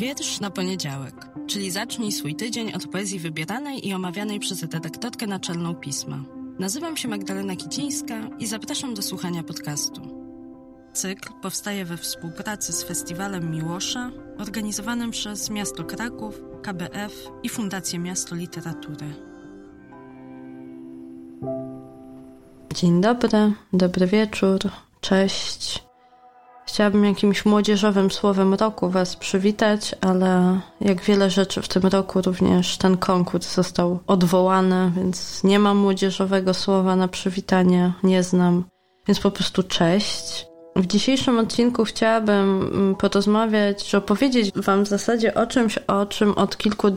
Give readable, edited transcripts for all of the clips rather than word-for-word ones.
Wiersz na poniedziałek, czyli zacznij swój tydzień od poezji wybieranej i omawianej przez redaktorkę naczelną pisma. Nazywam się Magdalena Kicińska i zapraszam do słuchania podcastu. Cykl powstaje we współpracy z Festiwalem Miłosza, organizowanym przez Miasto Kraków, KBF i Fundację Miasto Literatury. Dzień dobry, dobry wieczór, cześć. Chciałabym jakimś młodzieżowym słowem roku Was przywitać, ale jak wiele rzeczy w tym roku również ten konkurs został odwołany, więc nie mam młodzieżowego słowa na przywitanie, nie znam, więc po prostu cześć. W dzisiejszym odcinku chciałabym porozmawiać, czy opowiedzieć Wam w zasadzie o czym od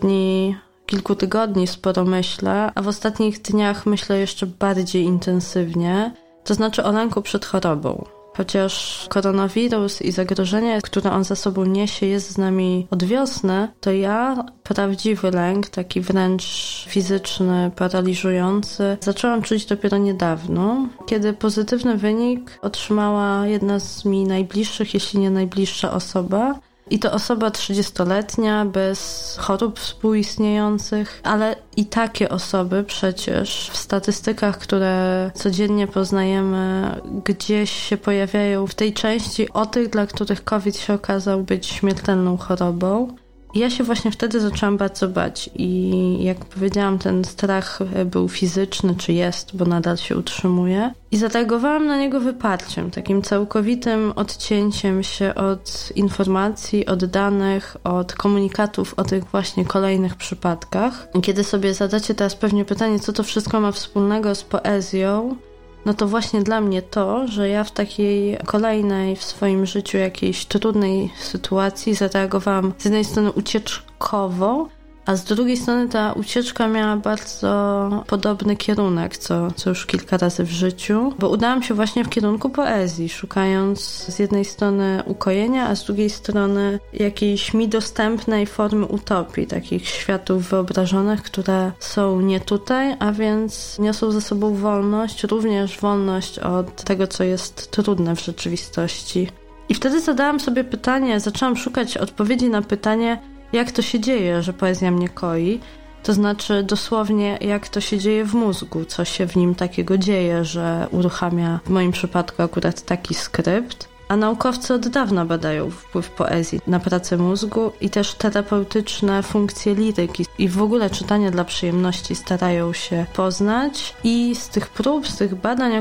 kilku tygodni sporo myślę, a w ostatnich dniach myślę jeszcze bardziej intensywnie, to znaczy o lęku przed chorobą. Chociaż koronawirus i zagrożenie, które on za sobą niesie, jest z nami od wiosny, to ja prawdziwy lęk, taki wręcz fizyczny, paraliżujący, zaczęłam czuć dopiero niedawno, kiedy pozytywny wynik otrzymała jedna z mi najbliższych, jeśli nie najbliższa osoba. I to osoba 30-letnia, bez chorób współistniejących, ale i takie osoby przecież w statystykach, które codziennie poznajemy, gdzieś się pojawiają w tej części o tych, dla których COVID się okazał być śmiertelną chorobą. I ja się właśnie wtedy zaczęłam bardzo bać i jak powiedziałam, ten strach był fizyczny, czy jest, bo nadal się utrzymuje. I zareagowałam na niego wyparciem, takim całkowitym odcięciem się od informacji, od danych, od komunikatów o tych właśnie kolejnych przypadkach. I kiedy sobie zadacie teraz pewnie pytanie, co to wszystko ma wspólnego z poezją, no to właśnie dla mnie to, że ja w takiej kolejnej w swoim życiu jakiejś trudnej sytuacji zareagowałam z jednej strony ucieczkowo, a z drugiej strony ta ucieczka miała bardzo podobny kierunek, co już kilka razy w życiu, bo udałam się właśnie w kierunku poezji, szukając z jednej strony ukojenia, a z drugiej strony jakiejś mi dostępnej formy utopii, takich światów wyobrażonych, które są nie tutaj, a więc niosą ze sobą wolność, również wolność od tego, co jest trudne w rzeczywistości. I wtedy zadałam sobie pytanie, zaczęłam szukać odpowiedzi na pytanie, jak to się dzieje, że poezja mnie koi? To znaczy dosłownie, jak to się dzieje w mózgu, co się w nim takiego dzieje, że uruchamia w moim przypadku akurat taki skrypt. A naukowcy od dawna badają wpływ poezji na pracę mózgu i też terapeutyczne funkcje liryki i w ogóle czytanie dla przyjemności starają się poznać i z tych prób, z tych badań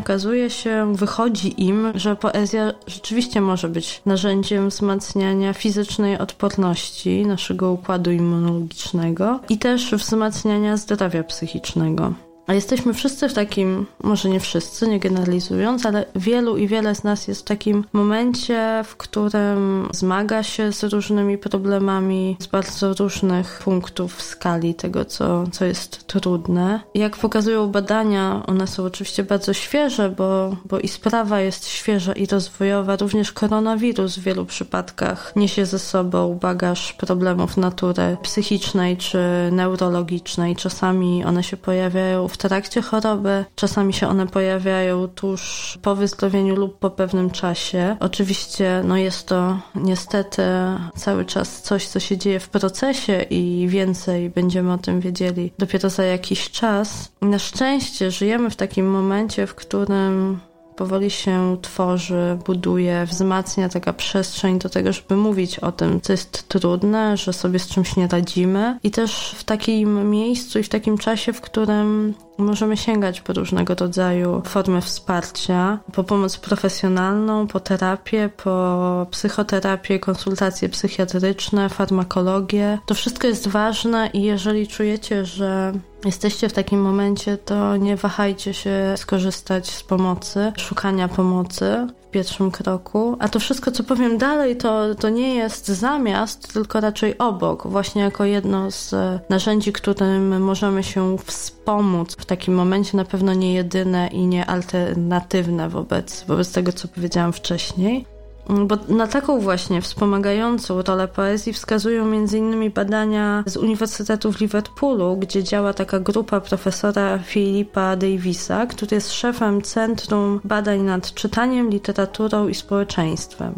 wychodzi im, że poezja rzeczywiście może być narzędziem wzmacniania fizycznej odporności naszego układu immunologicznego i też wzmacniania zdrowia psychicznego. A jesteśmy wszyscy w takim, może nie wszyscy, nie generalizując, ale wiele z nas jest w takim momencie, w którym zmaga się z różnymi problemami z bardzo różnych punktów w skali tego, co jest trudne. Jak pokazują badania, one są oczywiście bardzo świeże, bo i sprawa jest świeża i rozwojowa. Również koronawirus w wielu przypadkach niesie ze sobą bagaż problemów natury psychicznej czy neurologicznej. Czasami one się pojawiają w trakcie choroby, czasami się one pojawiają tuż po wyzdrowieniu lub po pewnym czasie. Oczywiście jest to niestety cały czas coś, co się dzieje w procesie i więcej będziemy o tym wiedzieli dopiero za jakiś czas. Na szczęście żyjemy w takim momencie, w którym powoli się tworzy, buduje, wzmacnia taka przestrzeń do tego, żeby mówić o tym, co jest trudne, że sobie z czymś nie radzimy i też w takim miejscu i w takim czasie, w którym możemy sięgać po różnego rodzaju formy wsparcia, po pomoc profesjonalną, po terapię, po psychoterapię, konsultacje psychiatryczne, farmakologię. To wszystko jest ważne i jeżeli czujecie, że jesteście w takim momencie, to nie wahajcie się skorzystać z pomocy, szukania pomocy w pierwszym kroku. A to wszystko, co powiem dalej, to nie jest zamiast, tylko raczej obok. Właśnie jako jedno z narzędzi, którym możemy się wspomóc w takim momencie, na pewno nie jedyne i nie alternatywne wobec tego, co powiedziałam wcześniej. Bo na taką właśnie wspomagającą rolę poezji wskazują m.in. badania z Uniwersytetu w Liverpoolu, gdzie działa taka grupa profesora Philipa Davisa, który jest szefem Centrum Badań nad Czytaniem, Literaturą i Społeczeństwem.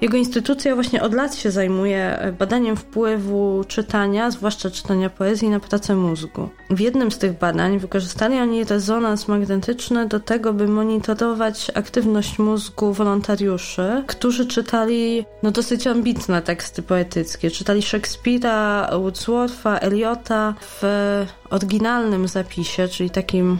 Jego instytucja właśnie od lat się zajmuje badaniem wpływu czytania, zwłaszcza czytania poezji, na pracę mózgu. W jednym z tych badań wykorzystali oni rezonans magnetyczny do tego, by monitorować aktywność mózgu wolontariuszy, którzy czytali dosyć ambitne teksty poetyckie. Czytali Szekspira, Wordswortha, Eliota w oryginalnym zapisie, czyli takim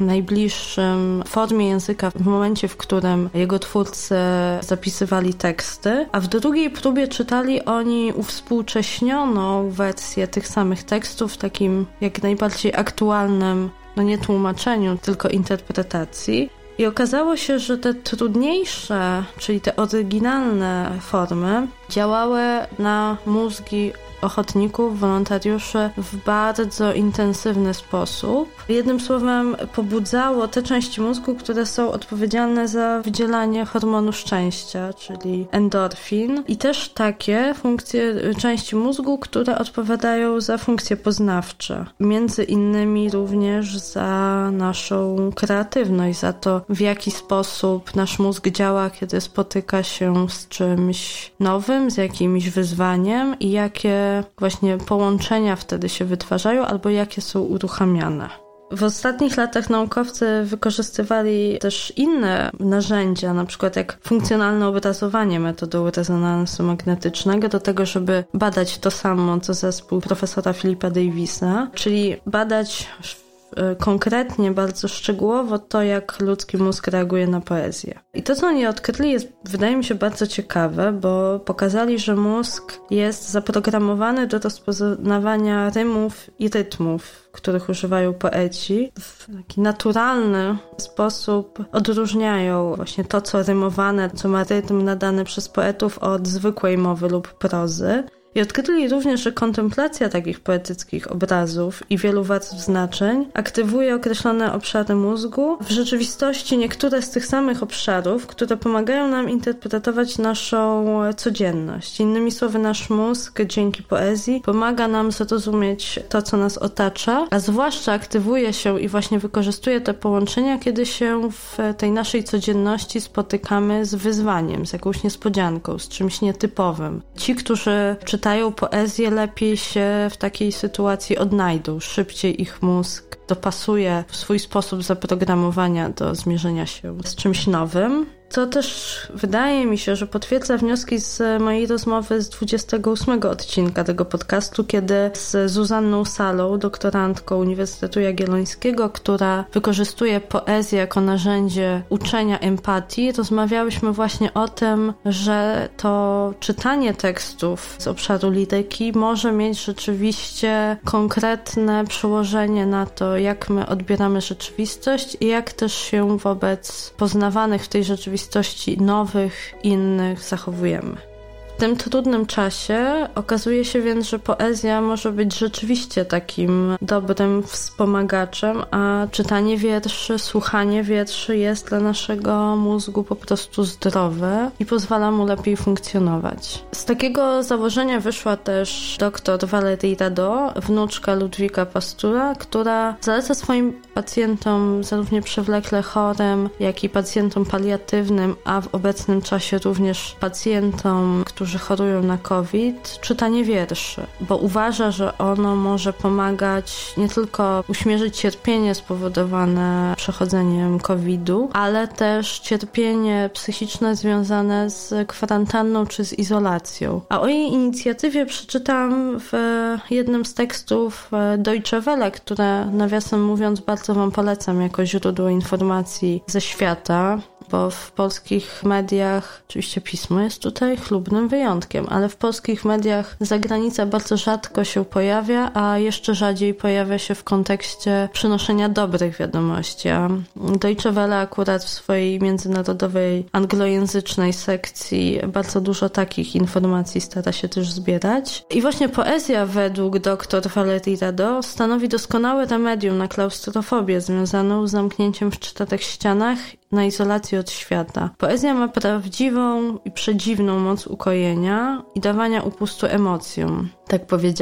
najbliższym formie języka w momencie, w którym jego twórcy zapisywali teksty, a w drugiej próbie czytali oni uwspółcześnioną wersję tych samych tekstów w takim jak najbardziej aktualnym, nie tłumaczeniu, tylko interpretacji. I okazało się, że te trudniejsze, czyli te oryginalne formy działały na mózgi ochotników, wolontariuszy w bardzo intensywny sposób. Jednym słowem pobudzało te części mózgu, które są odpowiedzialne za wydzielanie hormonu szczęścia, czyli endorfin, i też takie funkcje części mózgu, które odpowiadają za funkcje poznawcze. Między innymi również za naszą kreatywność, za to, w jaki sposób nasz mózg działa, kiedy spotyka się z czymś nowym, z jakimś wyzwaniem i jakie właśnie połączenia wtedy się wytwarzają albo jakie są uruchamiane. W ostatnich latach naukowcy wykorzystywali też inne narzędzia, na przykład jak funkcjonalne obrazowanie metodą rezonansu magnetycznego do tego, żeby badać to samo, co zespół profesora Philipa Davisa, czyli badać konkretnie, bardzo szczegółowo to, jak ludzki mózg reaguje na poezję. I to, co oni odkryli, jest, wydaje mi się, bardzo ciekawe, bo pokazali, że mózg jest zaprogramowany do rozpoznawania rymów i rytmów, których używają poeci. W taki naturalny sposób odróżniają właśnie to, co rymowane, co ma rytm nadany przez poetów od zwykłej mowy lub prozy. I odkryli również, że kontemplacja takich poetyckich obrazów i wielu warstw znaczeń aktywuje określone obszary mózgu. W rzeczywistości niektóre z tych samych obszarów, które pomagają nam interpretować naszą codzienność. Innymi słowy, nasz mózg dzięki poezji pomaga nam zrozumieć to, co nas otacza, a zwłaszcza aktywuje się i właśnie wykorzystuje te połączenia, kiedy się w tej naszej codzienności spotykamy z wyzwaniem, z jakąś niespodzianką, z czymś nietypowym. Ci, którzy czytają poezję, lepiej się w takiej sytuacji odnajdą. Szybciej ich mózg dopasuje swój sposób zaprogramowania do zmierzenia się z czymś nowym. Co też wydaje mi się, że potwierdza wnioski z mojej rozmowy z 28 odcinka tego podcastu, kiedy z Zuzanną Salą, doktorantką Uniwersytetu Jagiellońskiego, która wykorzystuje poezję jako narzędzie uczenia empatii, rozmawiałyśmy właśnie o tym, że to czytanie tekstów z obszaru liryki może mieć rzeczywiście konkretne przełożenie na to, jak my odbieramy rzeczywistość i jak też się wobec poznawanych w tej rzeczywistości nowych, innych zachowujemy. W tym trudnym czasie okazuje się więc, że poezja może być rzeczywiście takim dobrym wspomagaczem, a czytanie wierszy, słuchanie wierszy jest dla naszego mózgu po prostu zdrowe i pozwala mu lepiej funkcjonować. Z takiego założenia wyszła też dr Valérie Dardot, wnuczka Ludwika Pastura, która zaleca swoim pacjentom, zarówno przewlekle chorym, jak i pacjentom paliatywnym, a w obecnym czasie również pacjentom, którzy chorują na COVID, czytanie wierszy, bo uważa, że ono może pomagać nie tylko uśmierzyć cierpienie spowodowane przechodzeniem COVID-u, ale też cierpienie psychiczne związane z kwarantanną czy z izolacją. A o jej inicjatywie przeczytałam w jednym z tekstów Deutsche Welle, które nawiasem mówiąc bardzo Wam polecam jako źródło informacji ze świata, bo w polskich mediach, oczywiście pismo jest tutaj chlubnym wyjątkiem, ale w polskich mediach zagranica bardzo rzadko się pojawia, a jeszcze rzadziej pojawia się w kontekście przynoszenia dobrych wiadomości. A Deutsche Welle akurat w swojej międzynarodowej anglojęzycznej sekcji bardzo dużo takich informacji stara się też zbierać. I właśnie poezja według dr Valérie Dardot stanowi doskonałe remedium na klaustrofobię związaną z zamknięciem w 4 ścianach na izolację od świata. Poezja ma prawdziwą i przedziwną moc ukojenia i dawania upustu emocjom, tak powiedziała.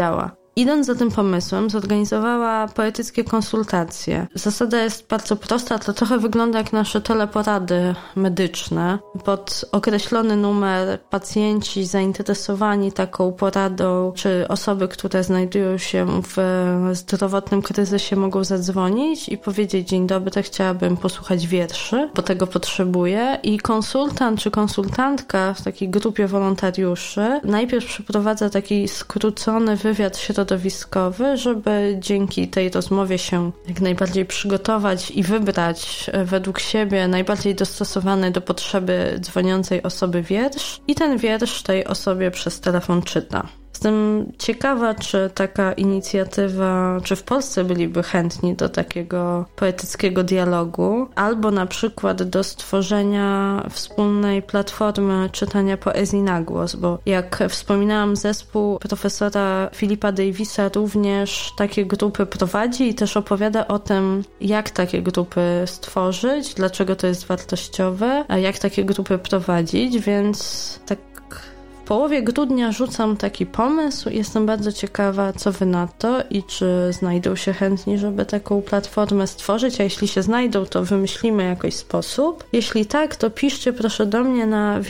idąc za tym pomysłem, zorganizowała poetyckie konsultacje. Zasada jest bardzo prosta, to trochę wygląda jak nasze teleporady medyczne. Pod określony numer pacjenci zainteresowani taką poradą, czy osoby, które znajdują się w zdrowotnym kryzysie, mogą zadzwonić i powiedzieć: dzień dobry, chciałabym posłuchać wierszy, bo tego potrzebuję. I konsultant czy konsultantka w takiej grupie wolontariuszy najpierw przeprowadza taki skrócony wywiad środowiskowy, żeby dzięki tej rozmowie się jak najbardziej przygotować i wybrać według siebie najbardziej dostosowany do potrzeby dzwoniącej osoby wiersz i ten wiersz tej osobie przez telefon czyta. Jestem ciekawa, czy taka inicjatywa, czy w Polsce byliby chętni do takiego poetyckiego dialogu, albo na przykład do stworzenia wspólnej platformy czytania poezji na głos, bo jak wspominałam, zespół profesora Philipa Davisa również takie grupy prowadzi i też opowiada o tym, jak takie grupy stworzyć, dlaczego to jest wartościowe, a jak takie grupy prowadzić, więc tak w połowie grudnia rzucam taki pomysł. Jestem bardzo ciekawa, co wy na to i czy znajdą się chętni, żeby taką platformę stworzyć, a jeśli się znajdą, to wymyślimy jakiś sposób. Jeśli tak, to piszcie proszę do mnie na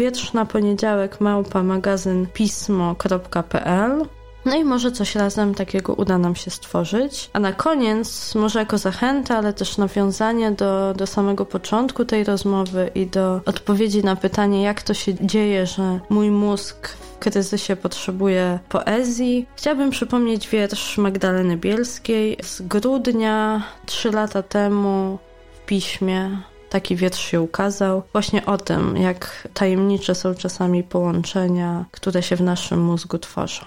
wietrznaponiedziałek@magazynpismo.pl. No i może coś razem takiego uda nam się stworzyć. A na koniec, może jako zachęta, ale też nawiązanie do samego początku tej rozmowy i do odpowiedzi na pytanie, jak to się dzieje, że mój mózg w kryzysie potrzebuje poezji. Chciałabym przypomnieć wiersz Magdaleny Bielskiej z grudnia 3 lata temu w piśmie. Taki wiersz się ukazał. Właśnie o tym, jak tajemnicze są czasami połączenia, które się w naszym mózgu tworzą.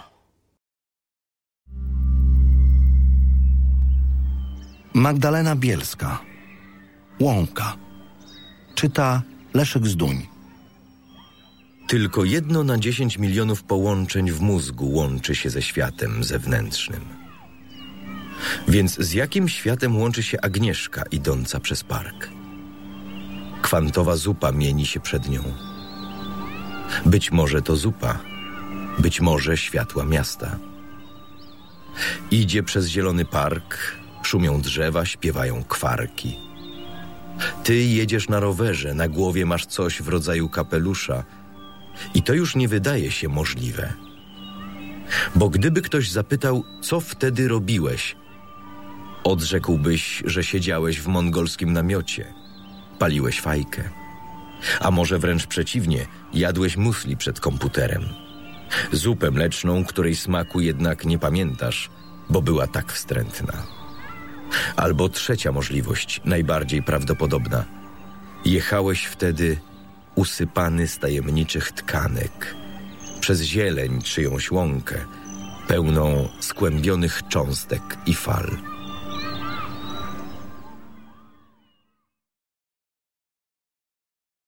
Magdalena Bielska. Łąka. Czyta Leszek Zduń. Tylko 1 na 10 milionów połączeń w mózgu łączy się ze światem zewnętrznym. Więc z jakim światem łączy się Agnieszka idąca przez park? Kwantowa zupa mieni się przed nią. Być może to zupa, być może światła miasta. Idzie przez zielony park, szumią drzewa, śpiewają kwarki. Ty jedziesz na rowerze, na głowie masz coś w rodzaju kapelusza i to już nie wydaje się możliwe. Bo gdyby ktoś zapytał, co wtedy robiłeś, odrzekłbyś, że siedziałeś w mongolskim namiocie, paliłeś fajkę, a może wręcz przeciwnie, jadłeś musli przed komputerem. Zupę mleczną, której smaku jednak nie pamiętasz, bo była tak wstrętna. Albo trzecia możliwość, najbardziej prawdopodobna. Jechałeś wtedy usypany z tajemniczych tkanek, przez zieleń czyjąś łąkę, pełną skłębionych cząstek i fal.